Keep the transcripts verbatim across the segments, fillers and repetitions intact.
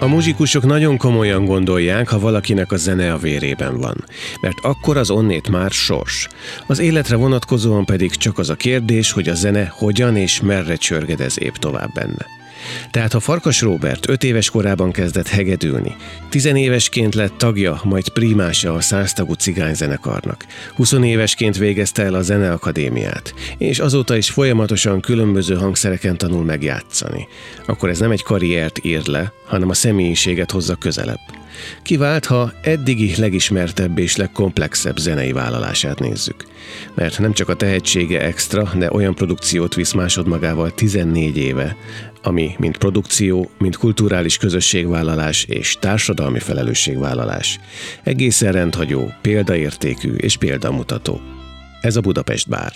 A muzsikusok nagyon komolyan gondolják, ha valakinek a zene a vérében van, mert akkor az onnét már sors. Az életre vonatkozóan pedig csak az a kérdés, hogy a zene hogyan és merre csörgedez épp tovább benne. Tehát ha Farkas Róbert öt éves korában kezdett hegedülni, tizenévesként lett tagja, majd primása a száztagú cigányzenekarnak, huszonévesként végezte el a Zeneakadémiát, és azóta is folyamatosan különböző hangszereken tanul megjátszani, akkor ez nem egy karriert ír le, hanem a személyiséget hozza közelebb. Kivált, ha eddigi legismertebb és legkomplexebb zenei vállalását nézzük. Mert nem csak a tehetsége extra, de olyan produkciót visz másodmagával tizennégy éve, ami mind produkció, mind kulturális közösségvállalás és társadalmi felelősségvállalás. Egészen rendhagyó, példaértékű és példamutató. Ez a Budapest Bár.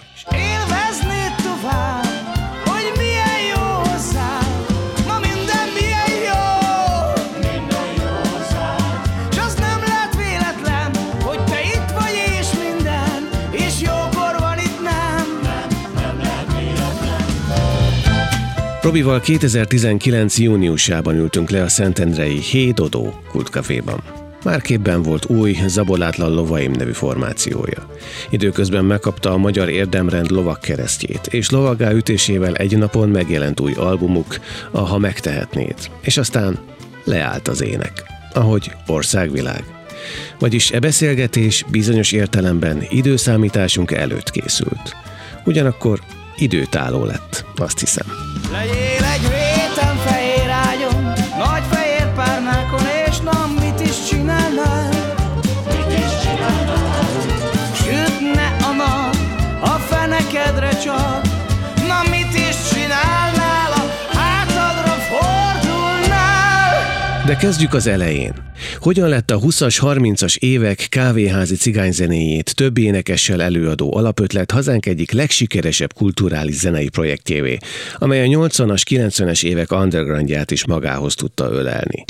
Robival kétezer-tizenkilenc júniusában ültünk le a szentendrei Hé Dodó kultkaféban. Már képben volt új, Zabolátlan lovaim nevű formációja. Időközben megkapta a Magyar Érdemrend lovagkeresztjét, és lovaggá ütésével egy napon megjelent új albumuk, a Ha megtehetnéd, és aztán leállt az ének, ahogy országvilág. Vagyis e beszélgetés bizonyos értelemben időszámításunk előtt készült. Ugyanakkor időtálló lett, azt hiszem. Legyél egy réten fehér ágyon, nagy fehér párnákon, és na, mit is csinálnál? Mit is csinálnál? Sütne a nap, a fenekedre csak, na, mit is csinálnál? A hátadra fordulnál? De kezdjük az elején. Hogyan lett a huszas, harmincas évek kávéházi cigányzenéjét több énekessel előadó alapötlet hazánk egyik legsikeresebb kulturális zenei projektjévé, amely a nyolcvanas, kilencvenes évek undergroundját is magához tudta ölelni.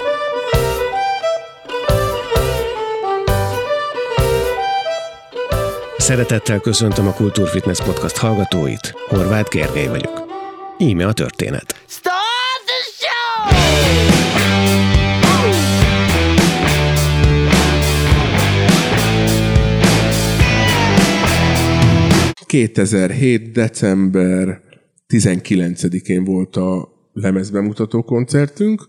Szeretettel köszöntöm a Kultúrfitness Podcast hallgatóit, Horváth Gergely vagyok. Íme a történet. Start the show! kétezer-hét. december tizenkilencedikén volt a lemezbemutató koncertünk,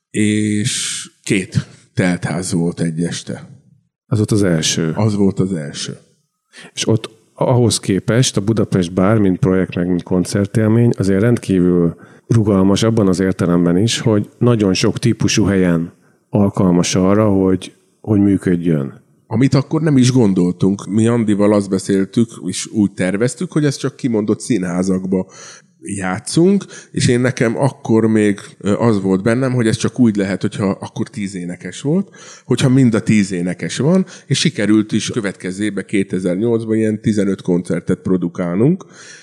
és két teltház volt egy este. Az volt az első. Az volt az első. És ott ahhoz képest a Budapest Bár, mint projekt, meg mint koncertélmény, azért rendkívül rugalmas abban az értelemben is, hogy nagyon sok típusú helyen alkalmas arra, hogy, hogy működjön. Amit akkor nem is gondoltunk. Mi Andival azt beszéltük, és úgy terveztük, hogy ez csak kimondott színházakba játszunk, és én nekem akkor még az volt bennem, hogy ez csak úgy lehet, hogyha akkor tíz énekes volt, hogyha mind a tíz énekes van, és sikerült is következő évben, kétezer-nyolcban ilyen tizenöt koncertet produkálnunk,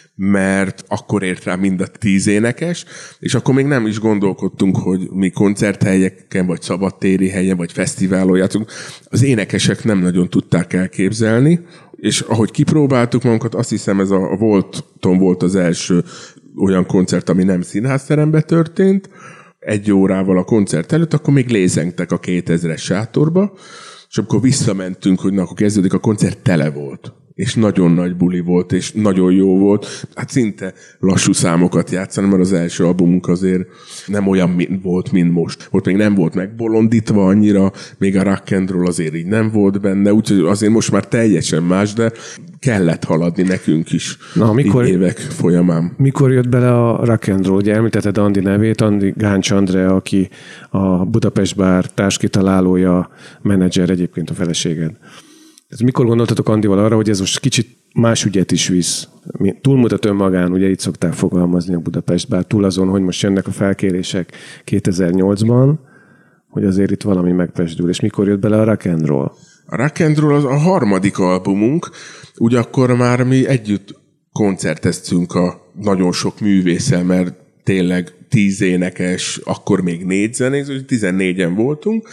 mert akkor ért rá mind a tíz énekes, és akkor még nem is gondolkodtunk, hogy mi koncerthelyeken, vagy szabadtéri helyen, vagy fesztiválon játszunk. Az énekesek nem nagyon tudták elképzelni, és ahogy kipróbáltuk magunkat, azt hiszem ez a Volton volt az első olyan koncert, ami nem színházteremben történt, egy órával a koncert előtt, akkor még lézengtek a kétezres sátorba, és amikor visszamentünk, hogy na, akkor kezdődik a koncert, tele volt. És nagyon nagy buli volt, és nagyon jó volt. Hát szinte lassú számokat játszani, mert az első albumunk azért nem olyan volt, mint most. Ott még nem volt megbolondítva annyira, még a rock and roll azért így nem volt benne, úgyhogy azért most már teljesen más, de kellett haladni nekünk is. Na, mikor, évek folyamán. Mikor jött bele a rock and roll? Ugye említetted Andi nevét, Andi Gáncs Andrea, aki a Budapest Bár társkitalálója, menedzser, egyébként a feleséged. Ez mikor gondoltatok Andival arra, hogy ez most kicsit más ügyet is visz? Túlmutat önmagán, ugye így szokták fogalmazni a Budapest Bár, túl azon, hogy most jönnek a felkérések kétezer-nyolcban, hogy azért itt valami megpesdül. És mikor jött bele a rock and roll? A rock and roll az a harmadik albumunk, ugye akkor már mi együtt koncerteztünk a nagyon sok művésszel, mert tényleg tíz énekes, akkor még négy zenész, úgyhogy tizennégyen voltunk,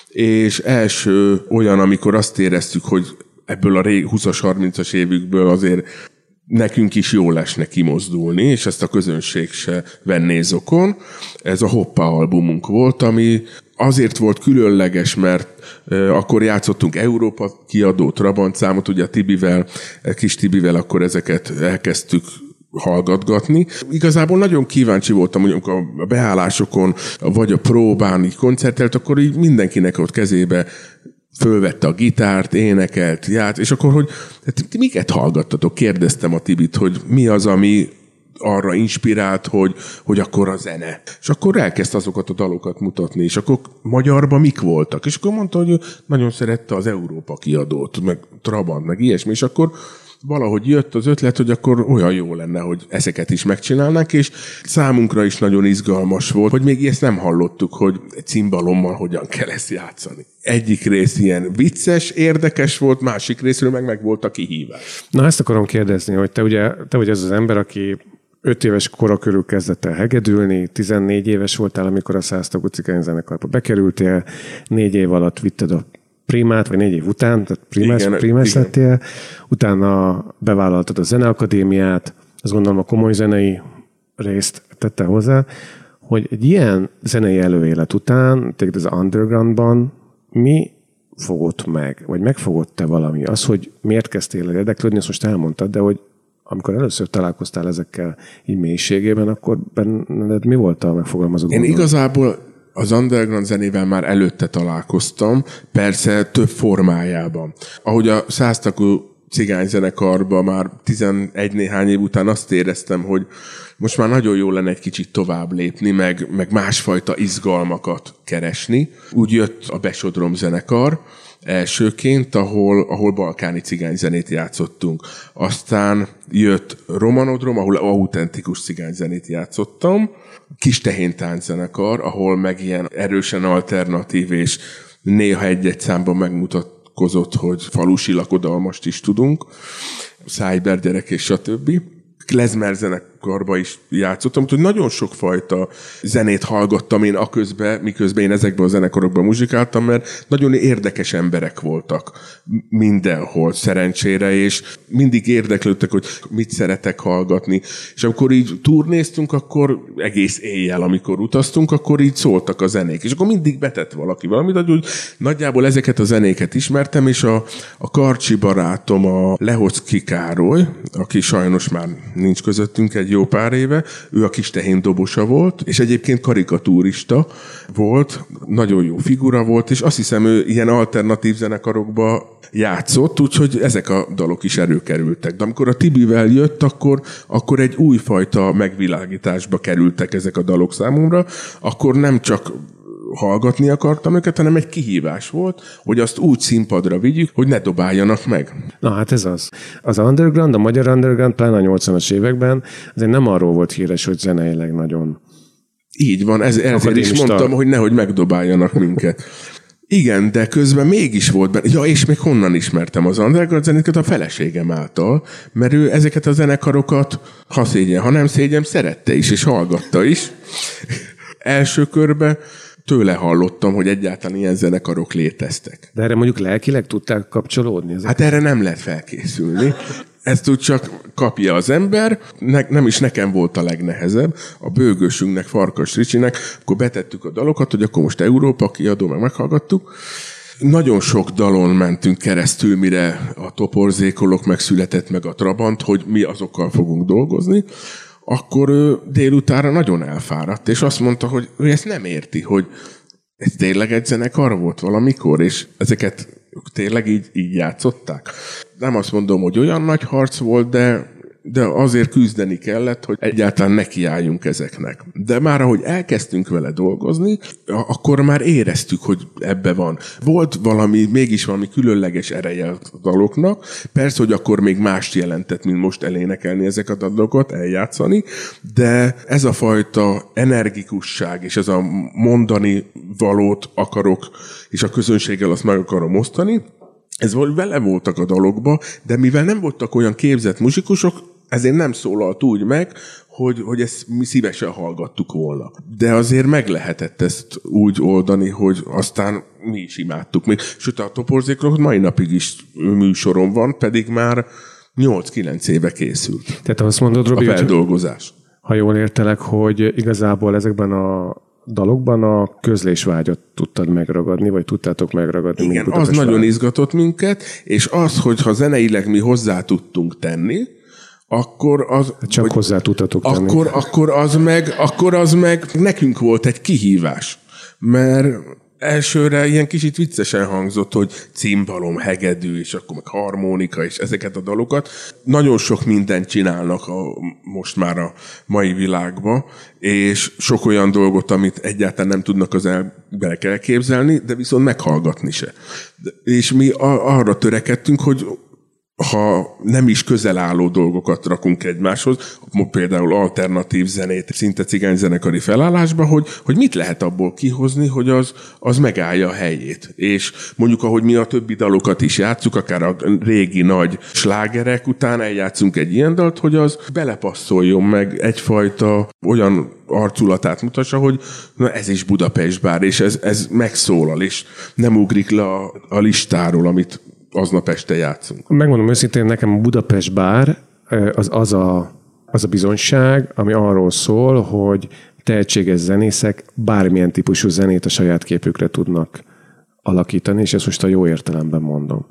és első olyan, amikor azt éreztük, hogy ebből a huszas, harmincas évükből azért nekünk is jól esne kimozdulni, és ezt a közönség se venné zokon. Ez a Hoppa albumunk volt, ami azért volt különleges, mert akkor játszottunk Európa kiadó Trabant számot, ugye a Tibivel, kis Tibivel akkor ezeket elkezdtük hallgatgatni. Igazából nagyon kíváncsi voltam, mondjuk a beállásokon, vagy a próbán így koncertelt, akkor így mindenkinek ott kezébe fölvette a gitárt, énekelt, járt, és akkor, hogy hát, miket hallgattatok? Kérdeztem a Tibit, hogy mi az, ami arra inspirált, hogy, hogy akkor a zene. És akkor elkezdte azokat a dalokat mutatni, és akkor magyarban mik voltak. És akkor mondta, hogy nagyon szerette az Európa kiadót, meg Trabant, meg ilyesmi, és akkor valahogy jött az ötlet, hogy akkor olyan jó lenne, hogy ezeket is megcsinálnánk, és számunkra is nagyon izgalmas volt, hogy még ezt nem hallottuk, hogy cimbalommal hogyan kell ezt játszani. Egyik rész ilyen vicces, érdekes volt, másik részről meg meg volt a kihívás. Na ezt akarom kérdezni, hogy te ugye te vagy az az ember, aki öt éves kora körül kezdett el hegedülni, tizennégy éves voltál, amikor a száztagú cigányzenekarba bekerültél, négy év alatt vitted a primát, vagy négy év után, tehát primás, igen, primás igen. lettél, utána bevállaltad a zeneakadémiát, azt gondolom a komoly zenei részt tette hozzá, hogy egy ilyen zenei előélet után, téged az undergroundban mi fogott meg, vagy megfogott-e valami? Az, hogy miért kezdtél el érdeklődni, azt most elmondtad, de hogy amikor először találkoztál ezekkel így mélységében, akkor benned mi volt a megfogalmazott Én gondolat? Igazából az underground zenével már előtte találkoztam, persze több formájában. Ahogy a száztagú cigányzenekarban már tizenegy néhány év után azt éreztem, hogy most már nagyon jó lenne egy kicsit tovább lépni, meg, meg másfajta izgalmakat keresni. Úgy jött a Besodrom zenekar elsőként, ahol, ahol balkáni cigányzenét játszottunk. Aztán jött Romanodrom, ahol autentikus cigányzenét játszottam. Kis Tehén tánczenekar, ahol meg ilyen erősen alternatív, és néha egy-egy számban megmutatkozott, hogy falusi lakodalmast is tudunk, Szájber gyerek és stb. Klezmer zenekarba is játszottam, úgyhogy nagyon sokfajta zenét hallgattam én aközben, miközben én ezekben a zenekarokban muzsikáltam, mert nagyon érdekes emberek voltak mindenhol szerencsére, és mindig érdeklődtek, hogy mit szeretek hallgatni. És amikor így turnéztunk, akkor egész éjjel, amikor utaztunk, akkor így szóltak a zenék. És akkor mindig betett valaki valamit, hogy nagyjából ezeket a zenéket ismertem, és a, a karcsi barátom, a Lehocki Károly, aki sajnos már nincs közöttünk egy jó pár éve, ő a Kis Tehén dobosa volt, és egyébként karikatúrista volt, nagyon jó figura volt, és azt hiszem, ő ilyen alternatív zenekarokba játszott, úgyhogy ezek a dalok is előkerültek. De amikor a Tibivel jött, akkor, akkor egy újfajta megvilágításba kerültek ezek a dalok számomra, akkor nem csak hallgatni akartam őket, hanem egy kihívás volt, hogy azt úgy színpadra vigyük, hogy ne dobáljanak meg. Na hát ez az. Az underground, a magyar underground, pláne a nyolcvanas években, azért nem arról volt híres, hogy zeneileg nagyon... Így van, ez, ezért is mondtam, hogy nehogy megdobáljanak minket. Igen, de közben mégis volt benne. Ja, és még honnan ismertem az underground zenéket? A feleségem által, mert ő ezeket a zenekarokat, ha szégyen, ha nem szégyen, szerette is, és hallgatta is. Első körben tőle hallottam, hogy egyáltalán ilyen zenekarok léteztek. De erre mondjuk lelkileg tudták kapcsolódni? Ezek? Hát erre nem lehet felkészülni. Ezt úgy csak kapja az ember, ne, nem is nekem volt a legnehezebb. A bőgősünknek, Farkas Ricsinek, akkor betettük a dalokat, hogy akkor most Európa kiadó, meg meghallgattuk. Nagyon sok dalon mentünk keresztül, mire a Toporzékolok megszületett, meg a Trabant, hogy mi azokkal fogunk dolgozni. Akkor ő délutánra nagyon elfáradt, és azt mondta, hogy ő ezt nem érti, hogy ez tényleg egy zenekar volt valamikor, és ezeket tényleg így, így játszották. Nem azt mondom, hogy olyan nagy harc volt, de, de azért küzdeni kellett, hogy egyáltalán nekiálljunk ezeknek. De már ahogy elkezdtünk vele dolgozni, akkor már éreztük, hogy ebbe van. Volt valami, mégis valami különleges ereje a daloknak. Persze, hogy akkor még mást jelentett, mint most elénekelni ezeket a dalokat, eljátszani, de ez a fajta energikusság, és ez a mondani valót akarok, és a közönséggel azt meg akarom osztani, ez vele voltak a dalokba, de mivel nem voltak olyan képzett muzsikusok, ezért nem szólalt úgy meg, hogy, hogy ezt mi szívesen hallgattuk volna. De azért meg lehetett ezt úgy oldani, hogy aztán mi is imádtuk. Még, sőt, a Toporzékolok mai napig is műsoron van, pedig már nyolc-kilenc éve készült. Tehát azt mondod, Robi, a feldolgozás. Ha jól értelek, hogy igazából ezekben a dalokban a közlésvágyat tudtad megragadni, vagy tudtátok megragadni. Igen, az nagyon izgatott minket, és az, hogyha zeneileg mi hozzá tudtunk tenni, akkor az... Csak hogy, hozzá tudtatok tenni. Akkor, akkor, az meg, akkor az meg nekünk volt egy kihívás, mert elsőre ilyen kicsit viccesen hangzott, hogy cimbalom, hegedű, és akkor meg harmonika, és ezeket a dalokat. Nagyon sok mindent csinálnak a, most már a mai világban, és sok olyan dolgot, amit egyáltalán nem tudnak az emberek elképzelni, de viszont meghallgatni se. És mi a, arra törekedtünk, hogy ha nem is közel álló dolgokat rakunk egymáshoz, például alternatív zenét, szinte cigányzenekari felállásba, hogy, hogy mit lehet abból kihozni, hogy az, az megállja a helyét. És mondjuk, ahogy mi a többi dalokat is játszuk, akár a régi nagy slágerek után eljátszunk egy ilyen dalt, hogy az belepasszoljon meg egyfajta olyan arculatát mutassa, hogy na ez is Budapest bár, és ez, ez megszólal, és nem ugrik le a, a listáról, amit aznap este játszunk. Megmondom őszintén, nekem a Budapest bár az, az, a, az a bizonyság, ami arról szól, hogy tehetséges zenészek bármilyen típusú zenét a saját képükre tudnak alakítani, és ezt most a jó értelemben mondom.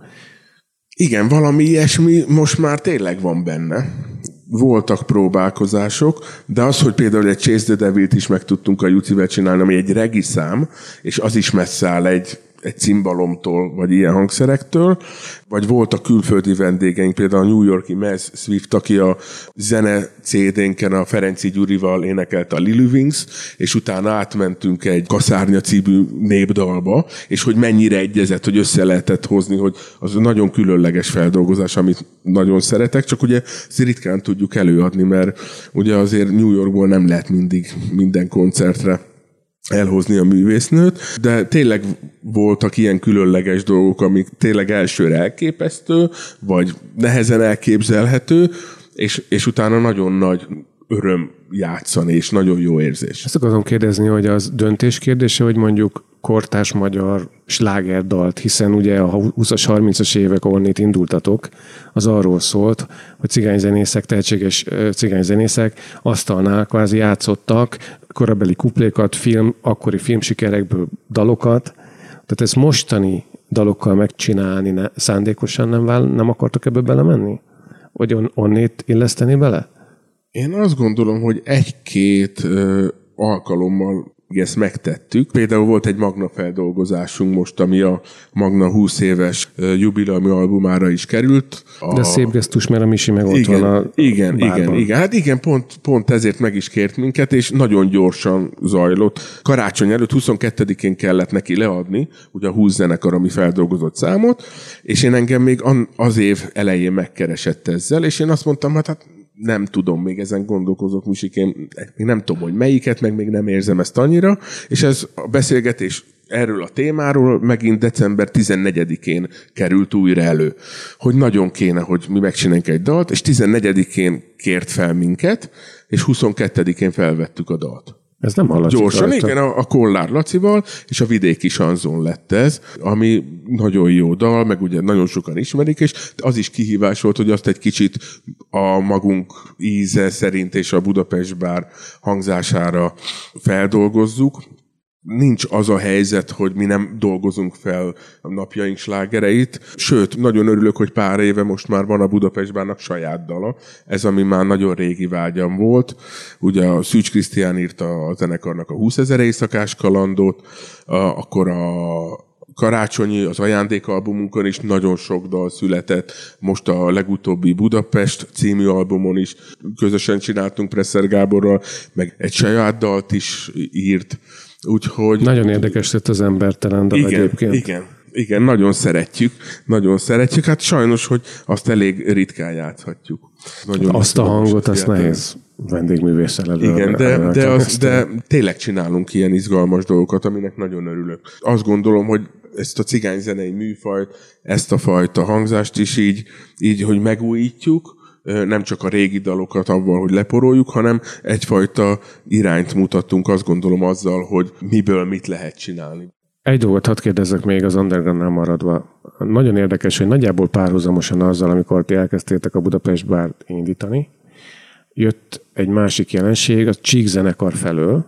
Igen, valami ilyesmi most már tényleg van benne. Voltak próbálkozások, de az, hogy például egy Chase the Devil-t is meg tudtunk a Jucivel csinálni, ami egy regi szám, és az is messze áll egy egy cimbalomtól, vagy ilyen hangszerektől, vagy voltak külföldi vendégeink, például a New Yorki Mez Swift, aki a zene cé dén-ken a Ferenci Gyurival énekelte a Lily Wings, és utána átmentünk egy Kaszárnya című népdalba, és hogy mennyire egyezett, hogy össze lehetett hozni, hogy az nagyon különleges feldolgozás, amit nagyon szeretek, csak ugye ritkán tudjuk előadni, mert ugye azért New Yorkból nem lehet mindig minden koncertre elhozni a művésznőt, de tényleg voltak ilyen különleges dolgok, amik tényleg elsőre elképesztő, vagy nehezen elképzelhető, és, és utána nagyon nagy öröm játszani, és nagyon jó érzés. Ezt akarom kérdezni, hogy az döntés kérdése, hogy mondjuk kortárs magyar slágerdalt, hiszen ugye a húszas, harmincas évek, ahol itt indultatok, az arról szólt, hogy cigányzenészek, tehetséges cigányzenészek asztalnál kvázi játszottak korabeli kuplékat, film, akkori filmsikerekből dalokat. Tehát ezt mostani dalokkal megcsinálni ne, szándékosan nem, vál, nem akartok ebbe belemenni? Vagy on, onnét illeszteni bele? Én azt gondolom, hogy egy-két ö, alkalommal ezt megtettük. Például volt egy Magna feldolgozásunk most, ami a Magna húsz éves jubileumi albumára is került. A... De szép gesztus, mert a Misi meg ott igen, van a Igen, bárban. igen, igen. Hát igen, pont, pont ezért meg is kért minket, és nagyon gyorsan zajlott. Karácsony előtt huszonkettedikén kellett neki leadni, ugye a húsz zenekar, ami feldolgozott számot, és én engem még az év elején megkeresett ezzel, és én azt mondtam, hát, hát nem tudom, még ezen gondolkozok, Misikén, még nem tudom, hogy melyiket, meg még nem érzem ezt annyira, és ez a beszélgetés erről a témáról megint december tizennegyedikén került újra elő, hogy nagyon kéne, hogy mi megcsináljunk egy dalt, és tizennegyedikén kért fel minket, és huszonkettedikén felvettük a dalt. Ez nem hallatszik. Gyorsan, rajta. igen, a, a Kollár Lacival, és a Vidéki Sanzon lett ez, ami nagyon jó dal, meg ugye nagyon sokan ismerik, és az is kihívás volt, hogy azt egy kicsit a magunk íze szerint és a Budapest bár hangzására feldolgozzuk. Nincs az a helyzet, hogy mi nem dolgozunk fel a napjaink slágereit. Sőt, nagyon örülök, hogy pár éve most már van a Budapest bárnak saját dala. Ez, ami már nagyon régi vágyam volt. Ugye a Szűcs Krisztián írta a zenekarnak a húszezer éjszakás kalandot, akkor a karácsonyi, az ajándékalbumunkon is nagyon sok dal született. Most a legutóbbi Budapest című albumon is közösen csináltunk Presser Gáborral, meg egy saját dalt is írt. Úgyhogy... Nagyon érdekes lett az Embertelen dal igen, egyébként. Igen, igen, nagyon szeretjük. Nagyon szeretjük. Hát sajnos, hogy azt elég ritkán játszhatjuk. Nagyon azt a hangot, azt nehéz vendégművésszel elő. Igen, de, de, az, de tényleg csinálunk ilyen izgalmas dolgokat, aminek nagyon örülök. Azt gondolom, hogy ezt a cigányzenei műfajt, ezt a fajta hangzást is így, így hogy megújítjuk, nem csak a régi dalokat avval, hogy leporoljuk, hanem egyfajta irányt mutatunk, azt gondolom azzal, hogy miből mit lehet csinálni. Egy dolgot hadd kérdezzek még az undergroundnál maradva. Nagyon érdekes, hogy nagyjából párhuzamosan azzal, amikor ti elkezdtétek a Budapest bárt indítani, jött egy másik jelenség, a Csík zenekar felől,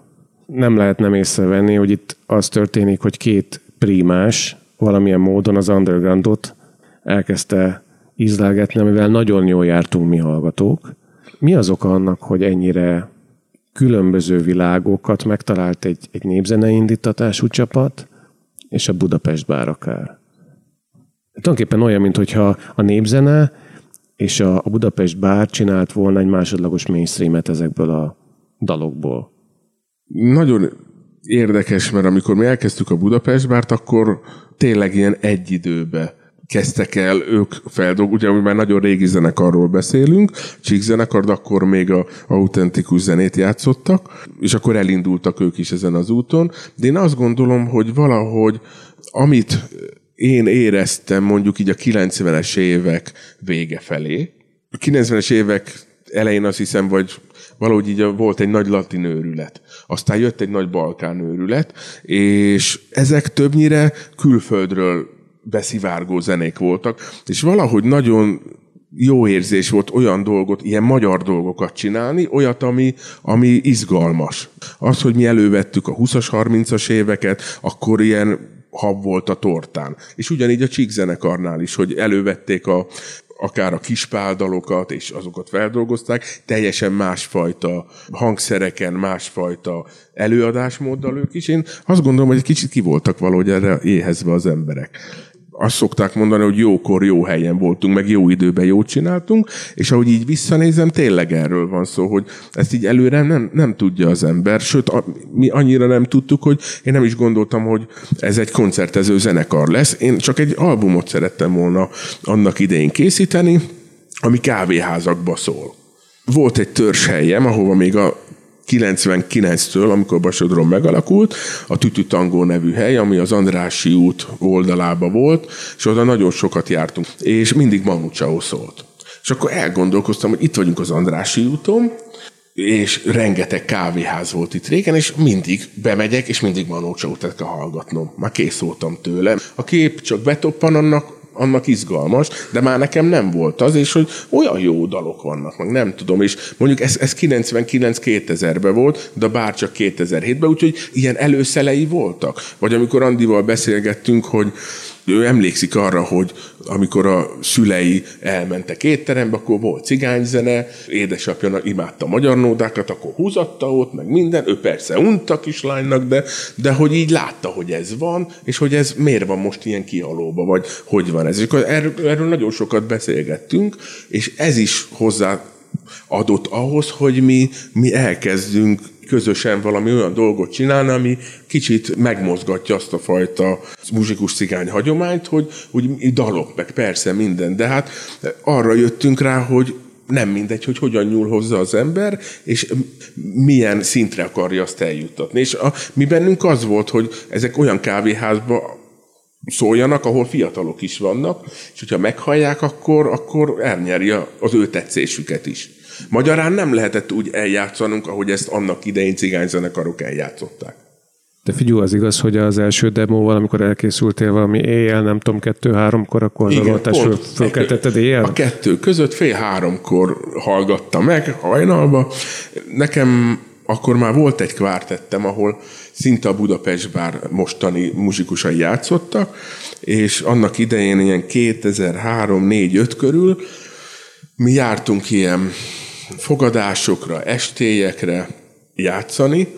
nem lehet nem észrevenni, hogy itt az történik, hogy két prímás valamilyen módon az undergroundot elkezdte ízlelgetni, amivel nagyon jól jártunk mi hallgatók. Mi az oka annak, hogy ennyire különböző világokat megtalált egy, egy népzenei indítatású csapat, és a Budapest Bár akár? Tulajdonképpen olyan, mintha a népzene és a, a Budapest Bár csinált volna egy másodlagos mainstreamet ezekből a dalokból. Nagyon érdekes, mert amikor mi elkezdtük a Budapest Bárt, akkor tényleg ilyen egy időbe kezdtek el ők feldolgozni, ugye már nagyon régi zenekarról beszélünk, Csík zenekar, de akkor még a autentikus zenét játszottak, és akkor elindultak ők is ezen az úton. De én azt gondolom, hogy valahogy amit én éreztem mondjuk így a kilencvenes évek vége felé, a kilencvenes évek elején azt hiszem, vagy valahogy így volt egy nagy latin őrület. Aztán jött egy nagy balkán őrület, és ezek többnyire külföldről beszivárgó zenék voltak, és valahogy nagyon jó érzés volt olyan dolgot, ilyen magyar dolgokat csinálni, olyat, ami, ami izgalmas. Az, hogy mi elővettük a húszas, harmincas éveket, akkor ilyen hab volt a tortán. És ugyanígy a Csík zenekarnál is, hogy elővették a akár a kispáldalokat, és azokat feldolgozták, teljesen másfajta hangszereken, másfajta előadásmóddal ők is. Én azt gondolom, hogy egy kicsit ki voltak valahogy erre éhezve az emberek. Azt szokták mondani, hogy jókor, jó helyen voltunk, meg jó időben jót csináltunk, és ahogy így visszanézem, tényleg erről van szó, hogy ezt így előre nem, nem tudja az ember, sőt, a, mi annyira nem tudtuk, hogy én nem is gondoltam, hogy ez egy koncertező zenekar lesz. Én csak egy albumot szerettem volna annak idején készíteni, ami kávéházakba szól. Volt egy törzshelyem, ahova még a kilencvenkilenctől, amikor Basodron megalakult, a Tütü Tangó nevű hely, ami az Andrássy út oldalába volt, és oda nagyon sokat jártunk, és mindig Manu Chao szólt. És akkor elgondolkoztam, hogy itt vagyunk az Andrássy úton, és rengeteg kávéház volt itt régen, és mindig bemegyek, és mindig Manu Chao-t kell hallgatnom. Már kész voltam tőle. A kép csak betoppan, annak annak izgalmas, de már nekem nem volt az, és hogy olyan jó dalok vannak, meg nem tudom, és mondjuk ez, ez kilencvenkilenc-kétezerben volt, de bár csak kétezer-hétben, úgyhogy ilyen előszelei voltak. Vagy amikor Andival beszélgettünk, hogy ő emlékszik arra, hogy amikor a szülei elmentek étterembe, akkor volt cigányzene, édesapja imádta a magyar nódákat, akkor húzatta ott, meg minden, ő persze unta kislánynak, de, de hogy így látta, hogy ez van, és hogy ez miért van most ilyen kihalóba, vagy hogy van ez. És erről, erről nagyon sokat beszélgettünk, és ez is hozzá adott ahhoz, hogy mi, mi elkezdünk közösen valami olyan dolgot csinálni, ami kicsit megmozgatja azt a fajta muzsikus cigány hagyományt, hogy úgy dalok, meg persze minden, de hát arra jöttünk rá, hogy nem mindegy, hogy hogyan nyúl hozzá az ember, és milyen szintre akarja azt eljuttatni. És a, mi bennünk az volt, hogy ezek olyan kávéházba szóljanak, ahol fiatalok is vannak, és hogyha meghallják, akkor, akkor elnyeri az ő tetszésüket is. Magyarán nem lehetett úgy eljátszanunk, ahogy ezt annak idején cigányzenekarok eljátszották. De figyelj, az igaz, hogy az első demóval, amikor elkészültél valami éjjel, nem tudom, kettő-háromkor, akkor daloltás fölkeltetted éjjel? A kettő között fél háromkor hallgatta meg hajnalba. Nekem akkor már volt egy kvártettem, ahol szinte a Budapest Bár mostani muzsikusai játszottak, és annak idején ilyen kétezer-három négy öt körül mi jártunk ilyen fogadásokra, estélyekre játszani,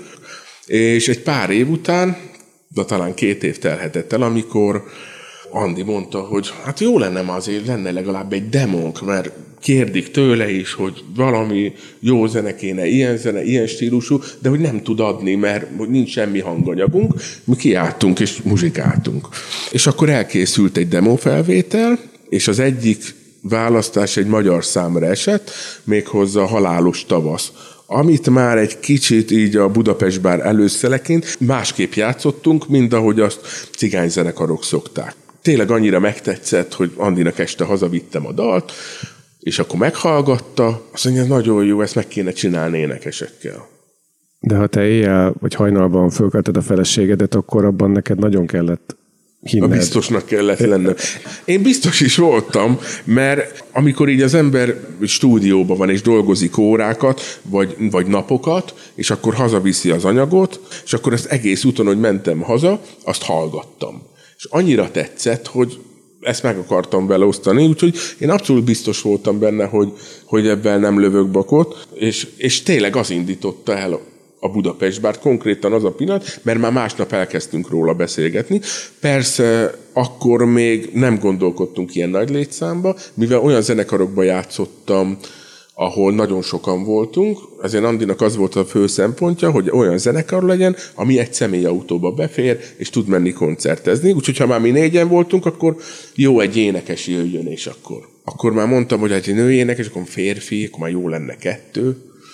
és egy pár év után, de talán két év telhetett el, amikor Andi mondta, hogy hát jó lenne ma azért, lenne legalább egy demónk, mert kérdik tőle is, hogy valami jó zene kéne, ilyen zene, ilyen stílusú, de hogy nem tud adni, mert nincs semmi hanganyagunk. Mi kiálltunk és muzsikáltunk. És akkor elkészült egy demófelvétel, és az egyik választás egy magyar számra esett, méghozzá a Halálos tavasz, amit már egy kicsit így a Budapest Bár előszeleként másképp játszottunk, mint ahogy azt cigányzenekarok szokták. Tényleg annyira megtetszett, hogy Andinak este hazavittem a dalt, és akkor meghallgatta, azt mondja, nagyon jó, ezt meg kéne csinálni énekesekkel. De ha te éjjel vagy hajnalban fölkelted a feleségedet, akkor abban neked nagyon kellett hinned. A biztosnak kellett lennem. Én biztos is voltam, mert amikor így az ember stúdióban van és dolgozik órákat, vagy, vagy napokat, és akkor hazaviszi az anyagot, és akkor ezt egész úton, hogy mentem haza, azt hallgattam. És annyira tetszett, hogy ezt meg akartam vele osztani, úgyhogy én abszolút biztos voltam benne, hogy, hogy ebben nem lövök bakot, és, és tényleg az indította el a Budapest Bárt, konkrétan az a pillanat, mert már másnap elkezdtünk róla beszélgetni. Persze akkor még nem gondolkodtunk ilyen nagy létszámba, mivel olyan zenekarokba játszottam, ahol nagyon sokan voltunk, ezért Andinak az volt a fő szempontja, hogy olyan zenekar legyen, ami egy személyautóba befér, és tud menni koncertezni. Úgyhogy ha már mi négyen voltunk, akkor jó, egy énekes jöjjön, és akkor. Akkor már mondtam, hogy egy női énekes, akkor férfi, akkor már jó lenne kettő,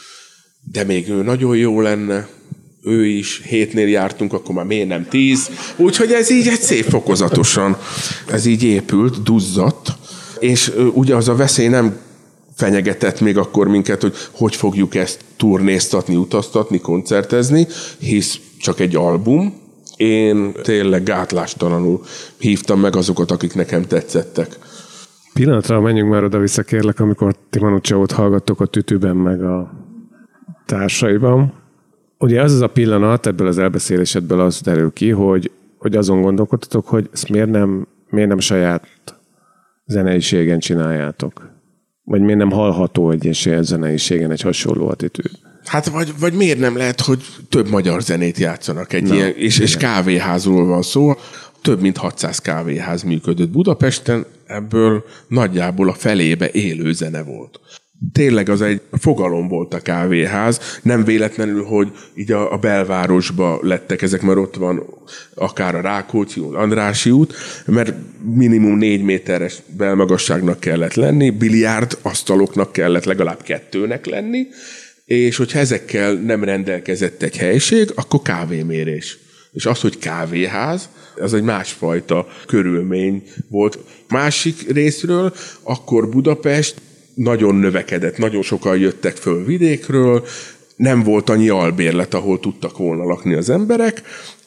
de még ő nagyon jó lenne, ő is, hétnél jártunk, akkor már miért nem tíz. Úgyhogy ez így egy szép fokozatosan, ez így épült, duzzadt, és ugye az a veszély nem fenyegetett még akkor minket, hogy hogy fogjuk ezt turnéztatni, utaztatni, koncertezni, hisz csak egy album. Én tényleg gátlástalanul hívtam meg azokat, akik nekem tetszettek. Pillanatra menjünk már oda-vissza, kérlek, amikor ti Manu Chao-t hallgattok a Tütűben, meg a társaiban. Ugye az az a pillanat, ebből az elbeszélésedből az derül ki, hogy, hogy azon gondolkodtatok, hogy ezt miért nem, miért nem saját zeneiségen csináljátok? Vagy miért nem hallható egy ilyen zeneiségen egy hasonló attitűd? Hát vagy, vagy miért nem lehet, hogy több magyar zenét játszanak egy Na, ilyen, és, és kávéházról van szó. Több mint hatszáz kávéház működött Budapesten, ebből nagyjából a felébe élő zene volt. Tényleg az egy fogalom volt a kávéház, nem véletlenül, hogy így a, a belvárosba lettek ezek, mert ott van akár a Rákóczi út, Andrássy út, mert minimum négy méteres belmagasságnak kellett lenni, biliárd asztaloknak kellett legalább kettőnek lenni, és hogyha ezekkel nem rendelkezett egy helység, akkor kávémérés. És az, hogy kávéház, az egy másfajta körülmény volt. Másik részről, akkor Budapest nagyon növekedett, nagyon sokan jöttek föl vidékről, nem volt annyi albérlet, ahol tudtak volna lakni az emberek,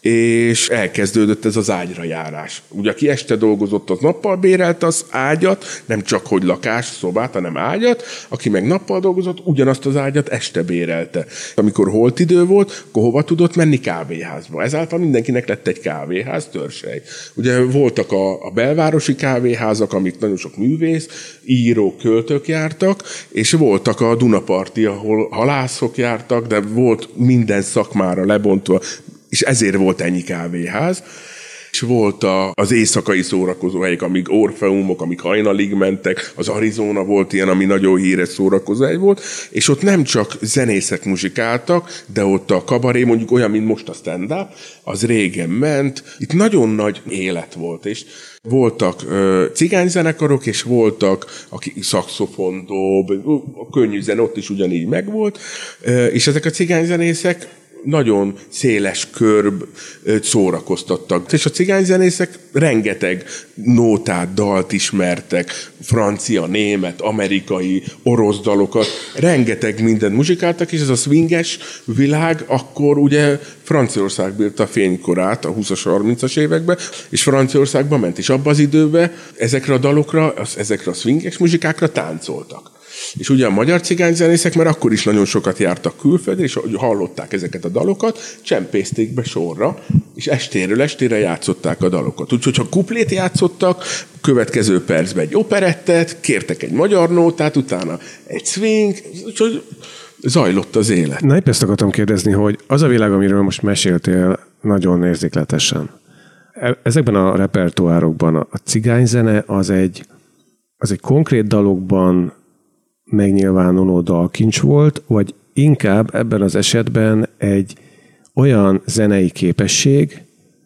és elkezdődött ez az ágyra járás. Ugye aki este dolgozott, az nappal bérelte az ágyat, nem csak hogy lakás, szobát, hanem ágyat, aki meg nappal dolgozott, ugyanazt az ágyat este bérelte. Amikor holtidő volt, akkor hova tudott menni? Kávéházba. Ezáltal mindenkinek lett egy kávéház, törzshely. Ugye voltak a, a belvárosi kávéházak, amik nagyon sok művész, írók, költők jártak, és voltak a Dunaparti, ahol halászok jártak, de volt minden szakmára lebontva, és ezért volt ennyi kávéház, és volt a, az éjszakai szórakozóhelyek, amik Orfeumok, amik hajnalig mentek, az Arizona volt ilyen, ami nagyon híres szórakozóhely volt, és ott nem csak zenészek muzsikáltak, de ott a kabaré, mondjuk olyan, mint most a stand-up, az régen ment, itt nagyon nagy élet volt, és voltak ö, cigányzenekarok, és voltak akik szaxofon, dob, a könnyű zene ott is ugyanígy megvolt, ö, és ezek a cigányzenészek nagyon széles körb szórakoztattak. És a cigányzenészek rengeteg nótát, dalt ismertek, francia, német, amerikai, orosz dalokat, rengeteg mindent muzsikáltak, és ez a swinges világ akkor ugye Franciaország bírta a fénykorát a húszas, harmincas években, és Franciaországba ment, és abban az időben ezekre a dalokra, ezekre a swinges muzsikákra táncoltak. És ugye a magyar cigányzenészek már akkor is nagyon sokat jártak külföldre, és hallották ezeket a dalokat, csempészték be sorra, és estéről estére játszották a dalokat. Úgyhogy ha kuplét játszottak, következő percben egy operettet, kértek egy magyar nótát, utána egy swing, úgyhogy zajlott az élet. Na, épp ezt akartam kérdezni, hogy az a világ, amiről most meséltél, nagyon érzékletesen. Ezekben a repertoárokban a cigányzene az egy, az egy konkrét dalokban megnyilvánuló dalkincs volt, vagy inkább ebben az esetben egy olyan zenei képesség,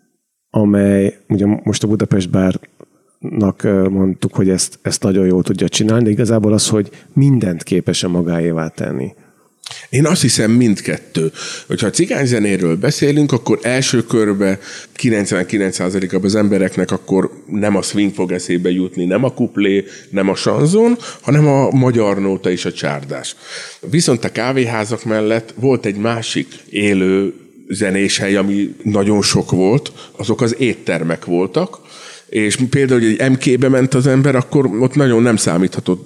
amely, ugye most a Budapest Bárnak mondtuk, hogy ezt, ezt nagyon jól tudja csinálni, de igazából az, hogy mindent képes-e magáévá tenni. Én azt hiszem mindkettő. Hogyha a cigányzenéről beszélünk, akkor első körben kilencvenkilenc százalékában az embereknek akkor nem a swing fog eszébe jutni, nem a kuplé, nem a sanzon, hanem a magyar nóta és a csárdás. Viszont a kávéházak mellett volt egy másik élő zenéshely, ami nagyon sok volt, azok az éttermek voltak, és például, hogy egy em ké-be ment az ember, akkor ott nagyon nem számíthatott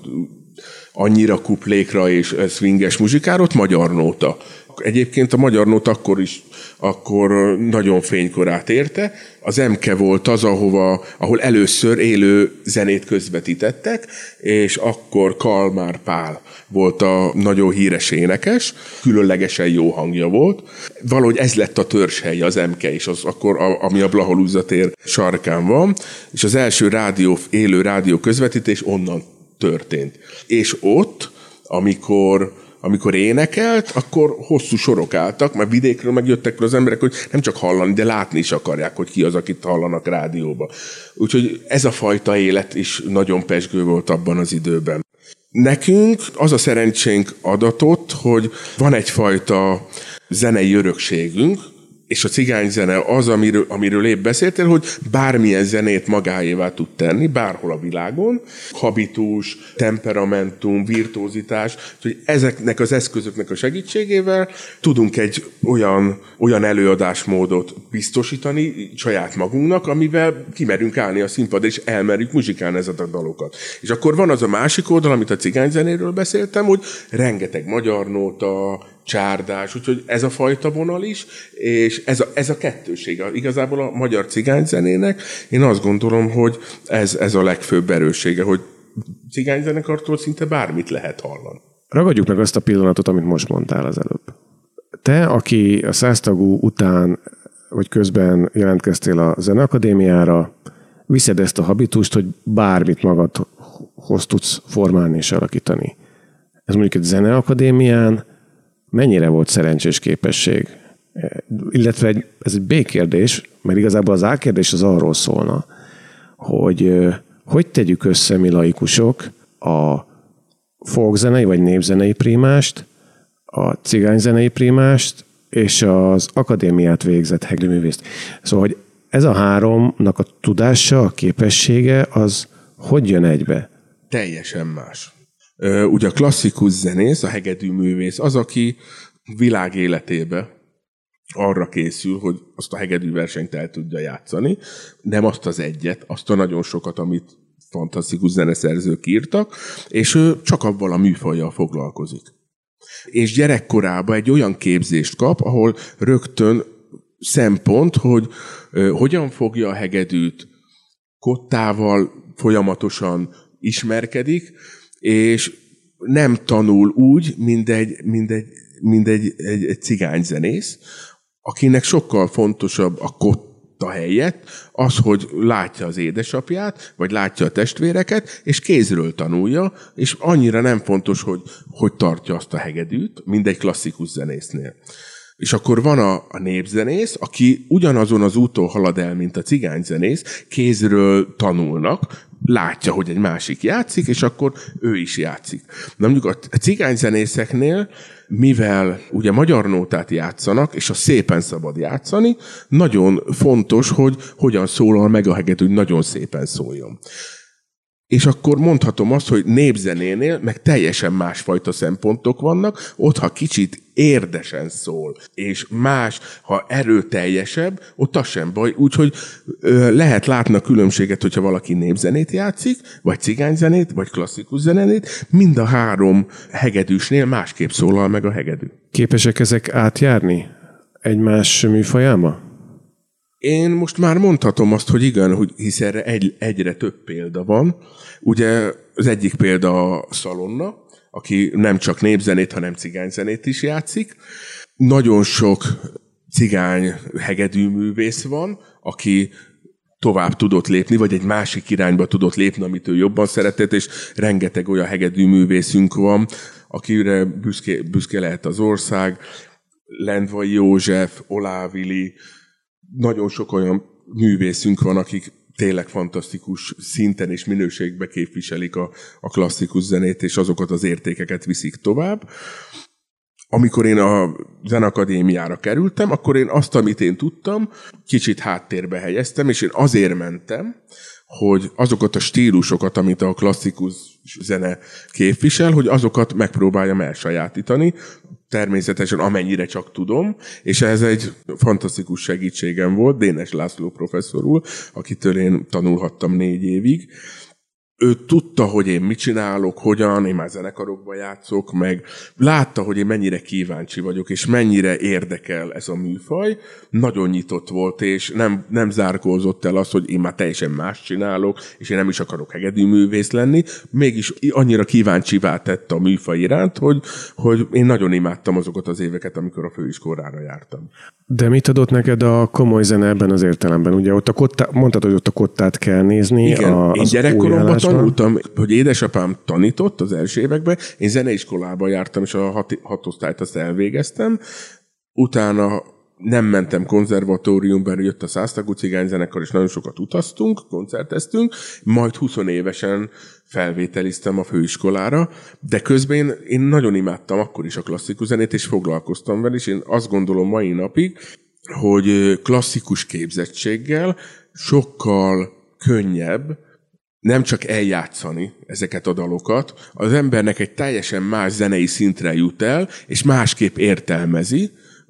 annyira kuplékra és swinges muzsikára, ott magyar nóta. Egyébként a magyar nóta akkor is akkor nagyon fénykorát érte. Az em ká volt az, ahova, ahol először élő zenét közvetítettek, és akkor Kalmár Pál volt a nagyon híres énekes, különlegesen jó hangja volt. Valahogy ez lett a törzshely, az em ká is, az akkor, a, ami a Blahalúza tér sarkán van, és az első rádió, élő rádió közvetítés onnan történt. És ott, amikor amikor énekelt, akkor hosszú sorok álltak, mert vidékről megjöttek az emberek, hogy nem csak hallani, de látni is akarják, hogy ki az, akit hallanak rádióba. Úgyhogy ez a fajta élet is nagyon pezsgő volt abban az időben. Nekünk az a szerencsénk adatott, hogy van egyfajta zenei örökségünk, és a cigányzene az, amiről, amiről épp beszéltél, hogy bármilyen zenét magáévá tud tenni, bárhol a világon, habitus, temperamentum, virtuózitás, hogy ezeknek az eszközöknek a segítségével tudunk egy olyan, olyan előadásmódot biztosítani saját magunknak, amivel kimerünk állni a színpadra, és elmerjük muzsikálni ezeket a dalokat. És akkor van az a másik oldal, amit a cigányzenéről beszéltem, hogy rengeteg magyar nóta, csárdás, úgyhogy ez a fajta vonal is, és ez a, ez a kettőség. Igazából a magyar cigányzenének én azt gondolom, hogy ez, ez a legfőbb erőssége, hogy cigányzenekartól szinte bármit lehet hallani. Ragadjuk meg azt a pillanatot, amit most mondtál az előbb. Te, aki a száztagú után, vagy közben jelentkeztél a Zeneakadémiára, viszed ezt a habitust, hogy bármit magadhoz tudsz formálni és alakítani. Ez mondjuk egy Zeneakadémián mennyire volt szerencsés képesség? Illetve egy, ez egy B-kérdés, mert igazából az A-kérdés az arról szólna, hogy hogy tegyük össze mi laikusok a folkzenei vagy népzenei primást, a cigányzenei primást és az akadémiát végzett hegedűművészt. Szóval, hogy ez a háromnak a tudása, a képessége, az hogy jön egybe? Teljesen más. Ugye a klasszikus zenész, a hegedűművész az, aki világ életébe arra készül, hogy azt a hegedűversenyt el tudja játszani, nem azt az egyet, azt a nagyon sokat, amit fantasztikus zeneszerzők írtak, és ő csak avval a műfajjal foglalkozik. És gyerekkorában egy olyan képzést kap, ahol rögtön szempont, hogy ö, hogyan fogja a hegedűt, kottával folyamatosan ismerkedik, és nem tanul úgy, mint egy, mint egy, mint egy, egy, egy cigányzenész, akinek sokkal fontosabb a kotta helyett az, hogy látja az édesapját, vagy látja a testvéreket, és kézről tanulja, és annyira nem fontos, hogy hogy tartja azt a hegedűt, mint egy klasszikus zenésznél. És akkor van a, a népzenész, aki ugyanazon az úton halad el, mint a cigányzenész, kézről tanulnak, látja, hogy egy másik játszik, és akkor ő is játszik. Na mondjuk a cigányzenészeknél, mivel ugye magyar nótát játszanak, és a szépen szabad játszani, nagyon fontos, hogy hogyan szólal meg a hegedű, hogy nagyon szépen szóljon. És akkor mondhatom azt, hogy népzenénél meg teljesen másfajta szempontok vannak, ott ha kicsit érdesen szól, és más, ha erőteljesebb, ott az sem baj. Úgyhogy ö, lehet látni a különbséget, hogyha valaki népzenét játszik, vagy cigányzenét, vagy klasszikus zenét, mind a három hegedűsnél másképp szólal meg a hegedű. Képesek ezek átjárni egymás műfajába? Én most már mondhatom azt, hogy igen, hogy hisz erre egy, egyre több példa van. Ugye az egyik példa a Szalonna, aki nem csak népzenét, hanem cigányzenét is játszik. Nagyon sok cigány hegedűművész van, aki tovább tudott lépni, vagy egy másik irányba tudott lépni, amit ő jobban szeretett, és rengeteg olyan hegedűművészünk van, akire büszke, büszke lehet az ország. Lendvai József, Olávili, nagyon sok olyan művészünk van, akik tényleg fantasztikus szinten és minőségben képviselik a, a klasszikus zenét, és azokat az értékeket viszik tovább. Amikor én a Zeneakadémiára kerültem, akkor én azt, amit én tudtam, kicsit háttérbe helyeztem, és én azért mentem, hogy azokat a stílusokat, amit a klasszikus zene képvisel, hogy azokat megpróbáljam elsajátítani, természetesen amennyire csak tudom, és ez egy fantasztikus segítségem volt, Dénes László professzor úr, akitől én tanulhattam négy évig. Ő tudta, hogy én mit csinálok, hogyan, én már zenekarokban játszok, meg látta, hogy én mennyire kíváncsi vagyok, és mennyire érdekel ez a műfaj. Nagyon nyitott volt, és nem, nem zárkózott el az, hogy én már teljesen más csinálok, és én nem is akarok hegedűművész lenni. Mégis annyira kíváncsivá tett a műfaj iránt, hogy, hogy én nagyon imádtam azokat az éveket, amikor a főiskolára jártam. De mit adott neked a komoly zene ebben az értelemben? Ugye ott a kottá, mondtad, hogy ott a kottát kell nézni. Igen, a, én gyerekkoromban tanultam, hogy édesapám tanított az első években, én zeneiskolába jártam, és a hat, hat osztályt azt elvégeztem. Utána nem mentem konzervatóriumban, jött a száztagú cigányzenekar, és nagyon sokat utaztunk, koncerteztünk, majd húsz évesen felvételiztem a főiskolára, de közben én, én nagyon imádtam akkor is a klasszikus zenét, és foglalkoztam vele, és én azt gondolom mai napig, hogy klasszikus képzettséggel sokkal könnyebb nem csak eljátszani ezeket a dalokat, az embernek egy teljesen más zenei szintre jut el, és másképp értelmezi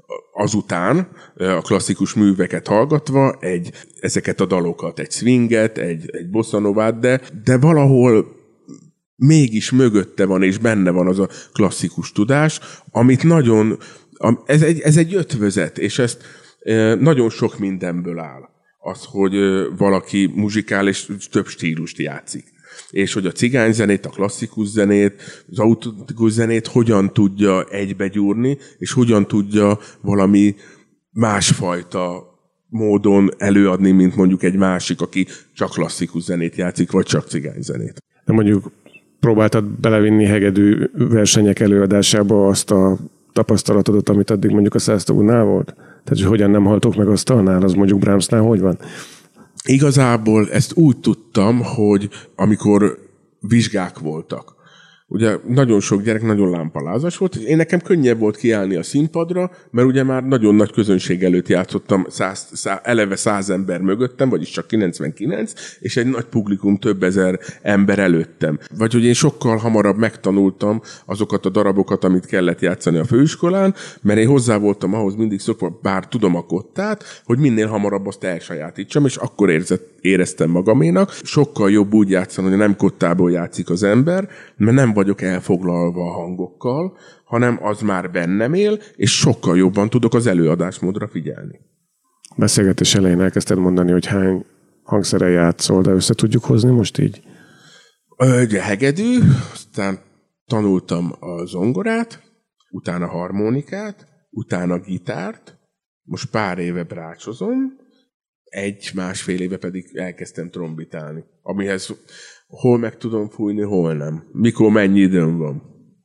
azután a klasszikus műveket hallgatva egy, ezeket a dalokat, egy swinget, egy, egy bossanovát, de, de valahol mégis mögötte van, és benne van az a klasszikus tudás, amit nagyon, ez egy, ez egy ötvözet, és ezt nagyon sok mindenből áll. Az, hogy valaki muzsikál és több stílust játszik. És hogy a cigányzenét, a klasszikus zenét, az autentikus zenét hogyan tudja egybegyúrni, és hogyan tudja valami másfajta módon előadni, mint mondjuk egy másik, aki csak klasszikus zenét játszik, vagy csak cigányzenét. De mondjuk próbáltad belevinni hegedű versenyek előadásába azt a tapasztalatodat, amit addig mondjuk a száztagúnál volt? Tehát, hogy hogyan nem haltok meg asztalnál, az mondjuk Brahmsnál hogy van? Igazából ezt úgy tudtam, hogy amikor vizsgák voltak, ugye nagyon sok gyerek nagyon lámpalázas volt, és én nekem könnyebb volt kiállni a színpadra, mert ugye már nagyon nagy közönség előtt játszottam, száz, száz, eleve száz ember mögöttem, vagyis csak kilencvenkilenc, és egy nagy publikum több ezer ember előttem. Vagy hogy én sokkal hamarabb megtanultam azokat a darabokat, amit kellett játszani a főiskolán, mert én hozzá voltam ahhoz mindig szokva, bár tudom a kottát, hogy minél hamarabb azt elsajátítsam, és akkor érzett, éreztem magaménak. Sokkal jobb úgy játszani, hogy nem kottából játszik az ember, mert nem vagyok elfoglalva a hangokkal, hanem az már bennem él, és sokkal jobban tudok az előadásmódra figyelni. Beszélgetés elején elkezdted mondani, hogy hány hangszeren játszol, de össze tudjuk hozni most így? Ugye hegedű, aztán tanultam a zongorát, utána harmonikát, utána gitárt, most pár éve brácsozom, egy-másfél éve pedig elkezdtem trombitálni, amihez hol meg tudom fújni, hol nem. Mikor mennyi időm van.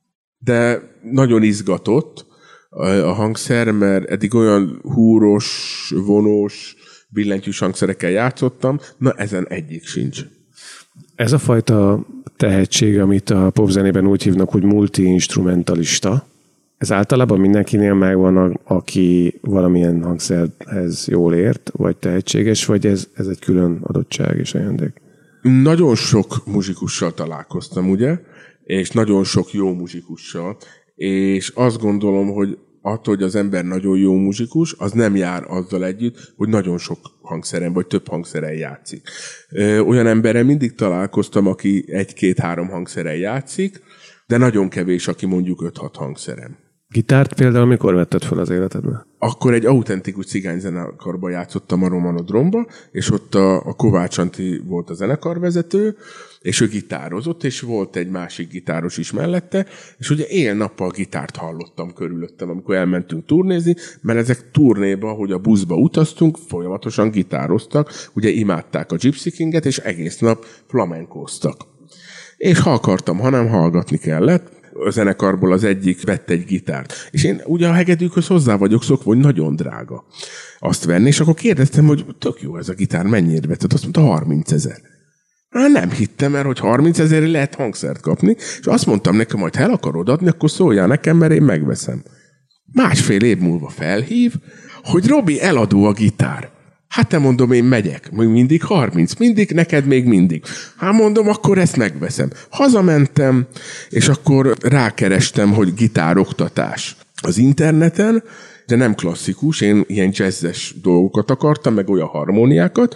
De nagyon izgatott a hangszer, mert eddig olyan húros, vonós, billentyűs hangszerekkel játszottam, na ezen egyik sincs. Ez a fajta tehetség, amit a popzenében úgy hívnak, hogy multi-instrumentalista, ez általában mindenkinél megvan, aki valamilyen hangszerhez jól ért, vagy tehetséges, vagy ez, ez egy külön adottság és ajándék? Nagyon sok muzsikussal találkoztam, ugye? És nagyon sok jó muzsikussal. És azt gondolom, hogy attól, hogy az ember nagyon jó muzsikus, az nem jár azzal együtt, hogy nagyon sok hangszeren, vagy több hangszeren játszik. Olyan emberrel mindig találkoztam, aki egy-két-három hangszeren játszik, de nagyon kevés, aki mondjuk öt-hat hangszeren. Gitárt például mikor vetted fel az életedbe? Akkor egy autentikus cigányzenekarban játszottam a Romanodromba, és ott a, a Kovács Antti volt a zenekarvezető, és ő gitározott, és volt egy másik gitáros is mellette, és ugye éjjel-nappal gitárt hallottam körülöttem, amikor elmentünk turnézni, mert ezek turnéba, hogy a buszba utaztunk, folyamatosan gitároztak, ugye imádták a Gypsy Kinget, és egész nap flamenkóztak. És ha akartam, ha nem, hallgatni kellett. A zenekarból az egyik vett egy gitárt. És én ugye a hegedűkhöz hozzá vagyok szokva, hogy nagyon drága azt venni, és akkor kérdeztem, hogy tök jó ez a gitár, mennyire vetted? Azt mondta, harmincezer. Nem hittem, mert hogy harmincezerre lehet hangszert kapni, és azt mondtam nekem, hogy ha el akarod adni, akkor szóljál nekem, mert én megveszem. Másfél év múlva felhív, hogy Robi, eladó a gitár. Hát te mondom, én megyek. Még mindig harminc, mindig, neked még mindig. Hát mondom, akkor ezt megveszem. Hazamentem, és akkor rákerestem, hogy gitároktatás az interneten, de nem klasszikus, én ilyen jazzes dolgokat akartam, meg olyan harmóniákat,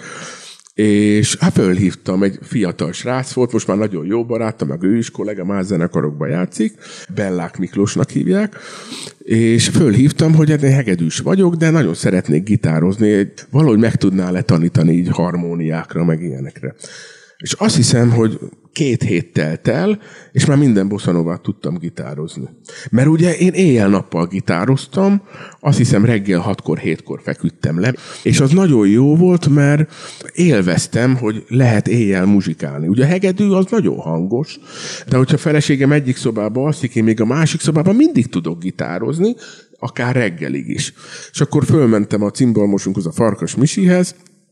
és hát fölhívtam, egy fiatal srác volt, most már nagyon jó barátom, meg ő is kollega, már zenekarokban játszik, Bellák Miklósnak hívják, és fölhívtam, hogy én hegedűs vagyok, de nagyon szeretnék gitározni, valahogy meg tudnál-e tanítani így harmóniákra, meg ilyenekre. És azt hiszem, hogy két hét telt el, és már minden bossanovát tudtam gitározni. Mert ugye én éjjel-nappal gitároztam, azt hiszem reggel hatkor, hétkor feküdtem le, és az nagyon jó volt, mert élveztem, hogy lehet éjjel muzsikálni. Ugye a hegedű az nagyon hangos, de hogyha a feleségem egyik szobában alszik, én még a másik szobában mindig tudok gitározni, akár reggelig is. És akkor fölmentem a cimbalmosunkhoz, a Farkas Misihez,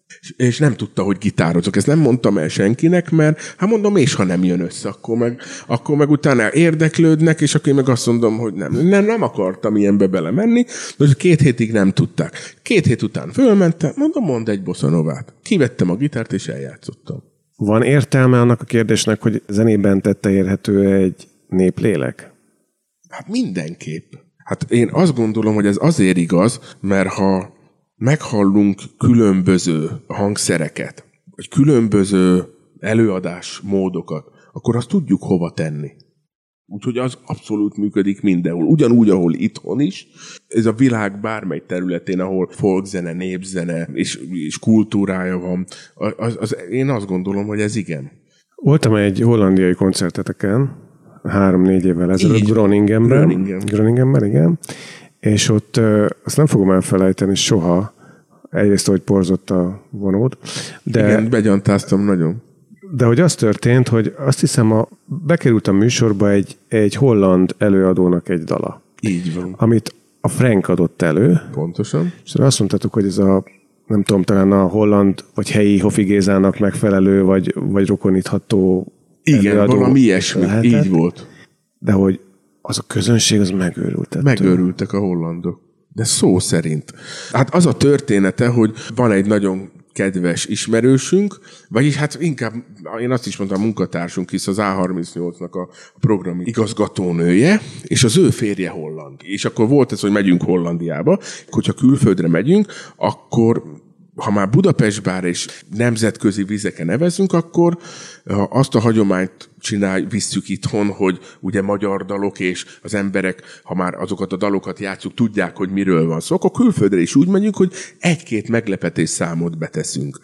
és nem tudta, hogy gitározok. Ezt nem mondtam el senkinek, mert hát mondom, és ha nem jön össze, akkor meg, akkor meg utána érdeklődnek, és akkor én meg azt mondom, hogy nem. Nem, nem akartam ilyenbe belemenni, de két hétig nem tudták. Két hét után fölmentem, mondom, mondd egy bossanovát. Kivettem a gitárt, és eljátszottam. Van értelme annak a kérdésnek, hogy zenében tette érhető egy néplélek? Hát mindenképp. Hát én azt gondolom, hogy ez azért igaz, mert ha meghallunk különböző hangszereket, vagy különböző előadás módokat, akkor azt tudjuk hova tenni. Úgyhogy az abszolút működik mindenhol. Ugyanúgy, ahol itthon is. Ez a világ bármely területén, ahol folkzene, népzene és, és kultúrája van, az, az, én azt gondolom, hogy ez igen. Voltam egy hollandiai koncerteteken, három-négy évvel ezelőtt, Groningenben. Groningen. Groningenben, igen. És ott azt nem fogom elfelejteni soha, egyrészt, hogy porzott a vonót. De, igen, begyantáztam nagyon. De hogy az történt, hogy azt hiszem, a, bekerült a műsorba egy, egy holland előadónak egy dala. Így van. Amit a Frank adott elő. Pontosan. És azt mondtátok, hogy ez a, nem tudom, talán a holland vagy helyi Hofi Gézának megfelelő, vagy, vagy rokonítható igen, előadó. Valami ilyesmi. Lehetett. Így volt. De hogy az a közönség, az megőrült. Megőrültek a hollandok. De szó szerint. Hát az a története, hogy van egy nagyon kedves ismerősünk, vagyis hát inkább, én azt is mondtam, a munkatársunk, hisz az á harmincnyolcnak a program igazgatónője, és az ő férje holland. És akkor volt ez, hogy megyünk Hollandiába, hogyha külföldre megyünk, akkor ha már Budapestbár és nemzetközi vizeken nevezünk, akkor azt a hagyományt csinálj, visszük itthon, hogy ugye magyar dalok, és az emberek, ha már azokat a dalokat játszuk, tudják, hogy miről van szó, akkor külföldre is úgy megyünk, hogy egy-két meglepetés számot beteszünk.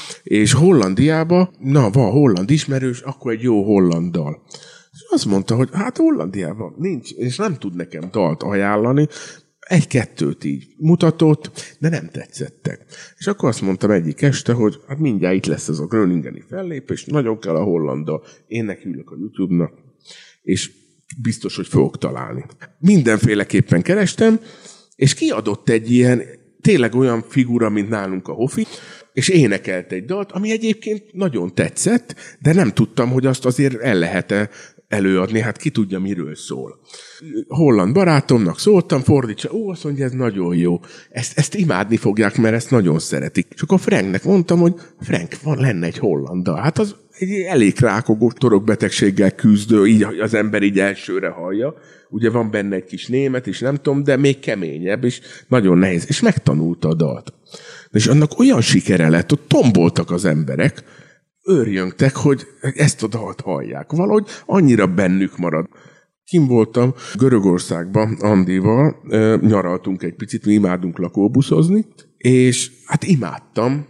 És Hollandiába, na, van holland ismerős, akkor egy jó holland dal. És azt mondta, hogy hát Hollandiában nincs, és nem tud nekem dalt ajánlani, egy-kettőt így mutatott, de nem tetszettek. És akkor azt mondtam egyik este, hogy hát mindjárt itt lesz ez a groningeni fellépés, nagyon kell a hollanda, én neki ülök a YouTube-nak, és biztos, hogy fogok találni. Mindenféleképpen kerestem, és kiadott egy ilyen, tényleg olyan figura, mint nálunk a Hofi, és énekelt egy dalt, ami egyébként nagyon tetszett, de nem tudtam, hogy azt azért el lehet-e előadni, hát ki tudja, miről szól. Holland barátomnak szóltam, fordítsa, ó, azt mondja, ez nagyon jó. Ezt, ezt imádni fogják, mert ezt nagyon szeretik. És akkor Franknek mondtam, hogy Frank, van lenne egy hollanda. Hát az egy elég rákogó torokbetegséggel küzdő, így az ember így elsőre hallja. Ugye van benne egy kis német is, nem tudom, de még keményebb, és nagyon nehéz. És megtanulta a dalt. És annak olyan sikere lett, hogy tomboltak az emberek, őrjöngtek, hogy ezt a dalt hallják. Valahogy annyira bennük marad. Kim voltam Görögországban Andival, nyaraltunk egy picit, mi imádunk lakóbuszozni, és hát imádtam,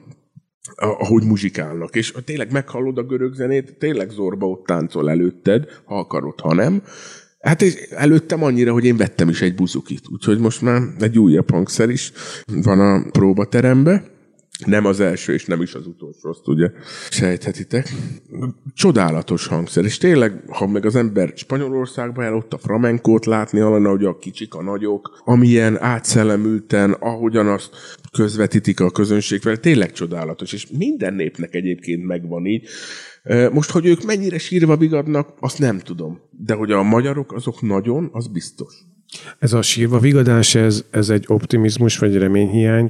ahogy muzsikálnak. És tényleg meghallod a görög zenét, tényleg zorba ott táncol előtted, ha akarod, ha nem. Hát és előttem annyira, hogy én vettem is egy buzukit. Úgyhogy most már egy újabb hangszer is van a próbateremben. Nem az első, és nem is az utolsó, azt ugye sejthetitek. Csodálatos hangszer, és tényleg, ha meg az ember Spanyolországban el ott a flamenkót látni, ahogy a kicsik, a nagyok, amilyen átszellemülten, ahogyan azt közvetítik a közönség fel, tényleg csodálatos, és minden népnek egyébként megvan így. Most, hogy ők mennyire sírva vigadnak, azt nem tudom, de hogy a magyarok azok nagyon, az biztos. Ez a sírva vigadás, ez, ez egy optimizmus vagy reményhiányt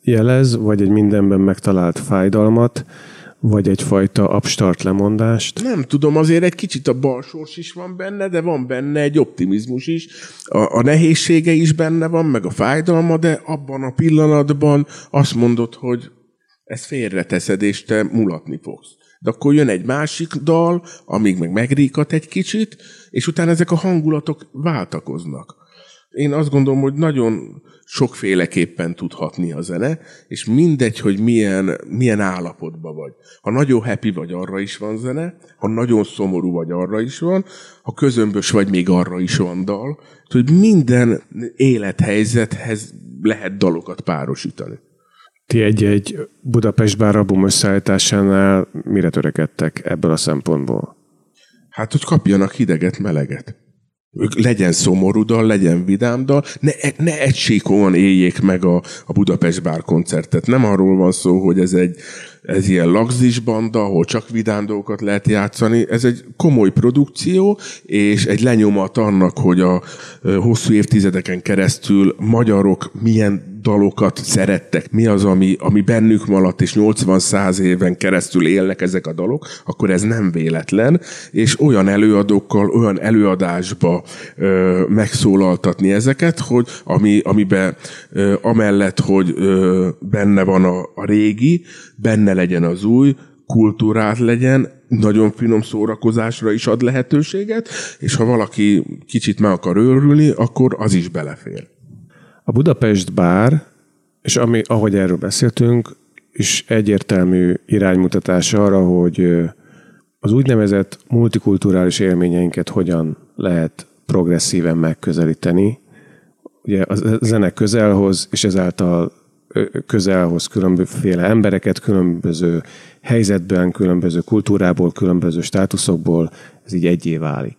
jelez, vagy egy mindenben megtalált fájdalmat, vagy egyfajta abstart lemondást? Nem tudom, azért egy kicsit a balsors is van benne, de van benne egy optimizmus is. A, a nehézsége is benne van, meg a fájdalma, de abban a pillanatban azt mondod, hogy ezt félreteszed, és te mulatni fogsz. De akkor jön egy másik dal, amíg meg megríkat egy kicsit, és utána ezek a hangulatok váltakoznak. Én azt gondolom, hogy nagyon sokféleképpen tud hatni a zene, és mindegy, hogy milyen, milyen állapotban vagy. Ha nagyon happy vagy, arra is van zene, ha nagyon szomorú vagy, arra is van, ha közömbös vagy, még arra is van dal. Hogy minden élethelyzethez lehet dalokat párosítani. Ti egy-egy Budapest Bár album összeállításánál mire törekedtek ebből a szempontból? Hát, hogy kapjanak hideget, meleget. Legyen szomorú dal, legyen vidám dal, ne, ne egysíkon éljék meg a, a Budapest Bár koncertet. Nem arról van szó, hogy ez egy ez ilyen lagzis banda, ahol csak vidám dolgokat lehet játszani. Ez egy komoly produkció, és egy lenyomat annak, hogy a hosszú évtizedeken keresztül magyarok milyen dalokat szerettek, mi az, ami, ami bennük maradt, és nyolcvan-száz éven keresztül élnek ezek a dalok, akkor ez nem véletlen, és olyan előadókkal, olyan előadásba ö, megszólaltatni ezeket, hogy ami, amiben ö, amellett, hogy ö, benne van a, a régi, benne legyen az új, kultúrát legyen, nagyon finom szórakozásra is ad lehetőséget, és ha valaki kicsit meg akar őrülni, akkor az is belefér. A Budapest Bár, és ami, ahogy erről beszéltünk, is egyértelmű iránymutatás arra, hogy az úgynevezett multikulturális élményeinket hogyan lehet progresszíven megközelíteni. Ugye a zene közelhoz, és ezáltal közelhoz különbözőféle embereket, különböző helyzetben, különböző kultúrából, különböző státuszokból, ez így egyé válik.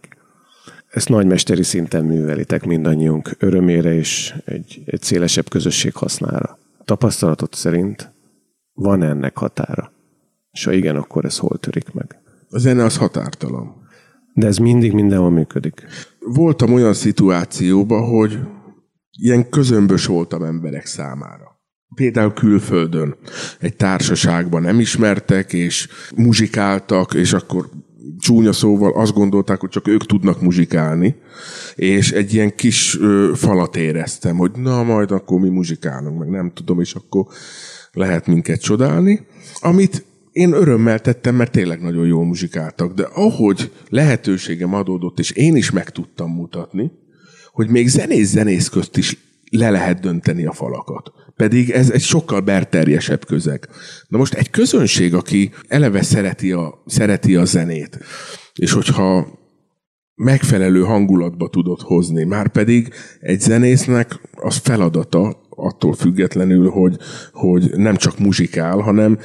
Ezt nagymesteri szinten művelitek mindannyiunk örömére és egy, egy szélesebb közösség hasznára. Tapasztalatot szerint van ennek határa? És ha igen, akkor ez hol törik meg? A zene az határtalan. De ez mindig mindenhol működik. Voltam olyan szituációban, hogy ilyen közömbös voltam emberek számára. Például külföldön egy társaságban nem ismertek, és muzsikáltak, és akkor csúnya szóval azt gondolták, hogy csak ők tudnak muzsikálni, és egy ilyen kis ö, falat éreztem, hogy na, majd akkor mi muzsikálunk, meg nem tudom, és akkor lehet minket csodálni. Amit én örömmel tettem, mert tényleg nagyon jól muzsikáltak, de ahogy lehetőségem adódott, és én is meg tudtam mutatni, hogy még zenész-zenész közt is le lehet dönteni a falakat. Pedig ez egy sokkal berterjesebb közeg. Na most egy közönség, aki eleve szereti a, szereti a zenét, és hogyha megfelelő hangulatba tudod hozni, már pedig egy zenésznek az feladata, attól függetlenül, hogy, hogy nem csak muzsikál, hanem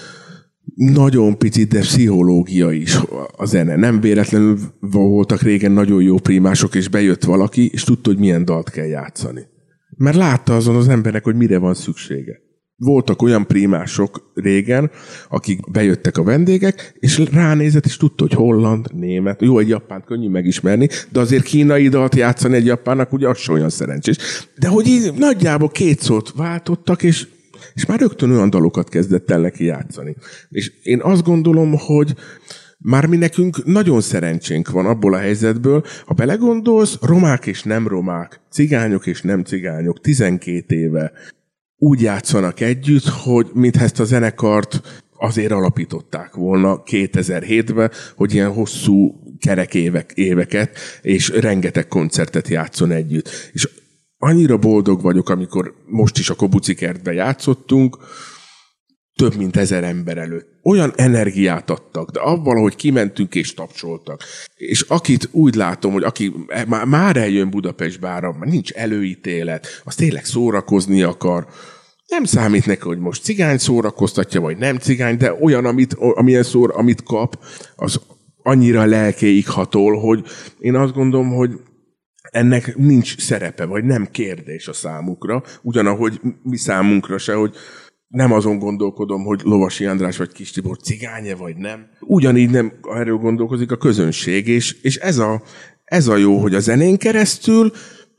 nagyon picit, de pszichológia is a zene. Nem véletlenül voltak régen nagyon jó prímások, és bejött valaki, és tudta, hogy milyen dalt kell játszani. Mert látta azon az emberek, hogy mire van szüksége. Voltak olyan prímások régen, akik bejöttek a vendégek, és ránézett, és tudta, hogy holland, német, jó, egy japánt könnyű megismerni, de azért kínai dalt játszani egy japánnak, ugye az sem olyan szerencsés. De hogy így nagyjából két szót váltottak, és, és már rögtön olyan dalokat kezdett el neki játszani. És én azt gondolom, hogy már mi nekünk nagyon szerencsénk van abból a helyzetből, ha belegondolsz, romák és nem romák, cigányok és nem cigányok, tizenkét éve úgy játszanak együtt, hogy mintha ezt a zenekart azért alapították volna kétezer-hétben, hogy ilyen hosszú kerek évek, éveket és rengeteg koncertet játszon együtt. És annyira boldog vagyok, amikor most is a Kobuci kertben játszottunk, több mint ezer ember előtt. Olyan energiát adtak, de avval, hogy kimentünk és tapsoltak. És akit úgy látom, hogy aki már eljön Budapest Bárra, már nincs előítélet, az tényleg szórakozni akar, nem számít neki, hogy most cigány szórakoztatja, vagy nem cigány, de olyan, amit, amilyen szóra, amit kap, az annyira lelkéig hatol, hogy én azt gondolom, hogy ennek nincs szerepe, vagy nem kérdés a számukra, ugyanahogy mi számunkra se, hogy nem azon gondolkodom, hogy Lovasi András vagy Kis Tibor cigánya vagy nem. Ugyanígy nem erről gondolkozik a közönség, és, és ez, a, ez a jó, hogy a zenén keresztül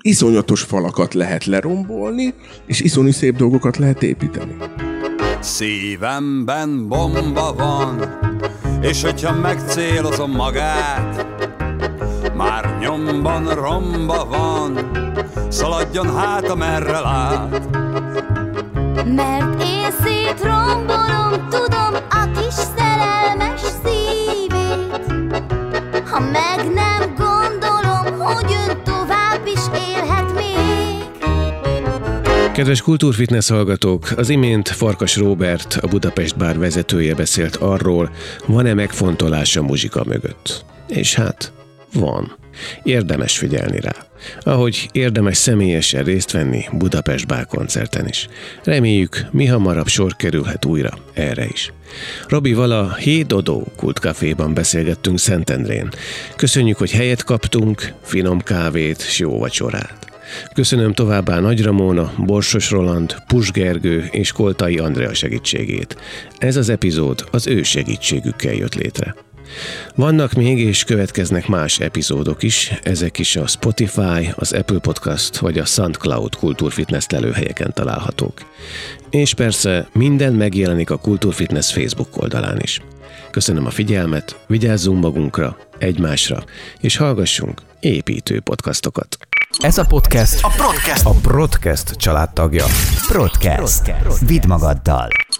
iszonyatos falakat lehet lerombolni, és iszonyú szép dolgokat lehet építeni. Szívemben bomba van, és hogyha megcélozom magát, már nyomban romba van, szaladjon hát, amerre lát. Mert én szétrombolom, tudom, a kis szerelmes szívét. Ha meg nem gondolom, hogy ön tovább is élhet még. Kedves Kultúrfitness hallgatók, az imént Farkas Róbert, a Budapest Bár vezetője beszélt arról, van-e megfontolás a muzsika mögött. És hát, van. Érdemes figyelni rá. Ahogy érdemes személyesen részt venni Budapest Bár koncerten is. Reméljük, mi hamarabb sor kerülhet újra erre is. Robival a Hé Dodó kultkaféban beszélgettünk Szentendrén. Köszönjük, hogy helyet kaptunk, finom kávét s jó vacsorát. Köszönöm továbbá Nagy Ramóna, Borsos Roland, Pus Gergő és Koltai Andrea segítségét. Ez az epizód az ő segítségükkel jött létre. Vannak még és következnek más epizódok is, ezek is a Spotify, az Apple Podcast vagy a SoundCloud Kultúrfitness lelőhelyeken találhatók. És persze minden megjelenik a Kultúrfitness Facebook oldalán is. Köszönöm a figyelmet, vigyázzunk magunkra, egymásra, és hallgassunk építő podcastokat. Ez a podcast a Podcast, a Podcast családtagja. Podcast. Vidd magaddal.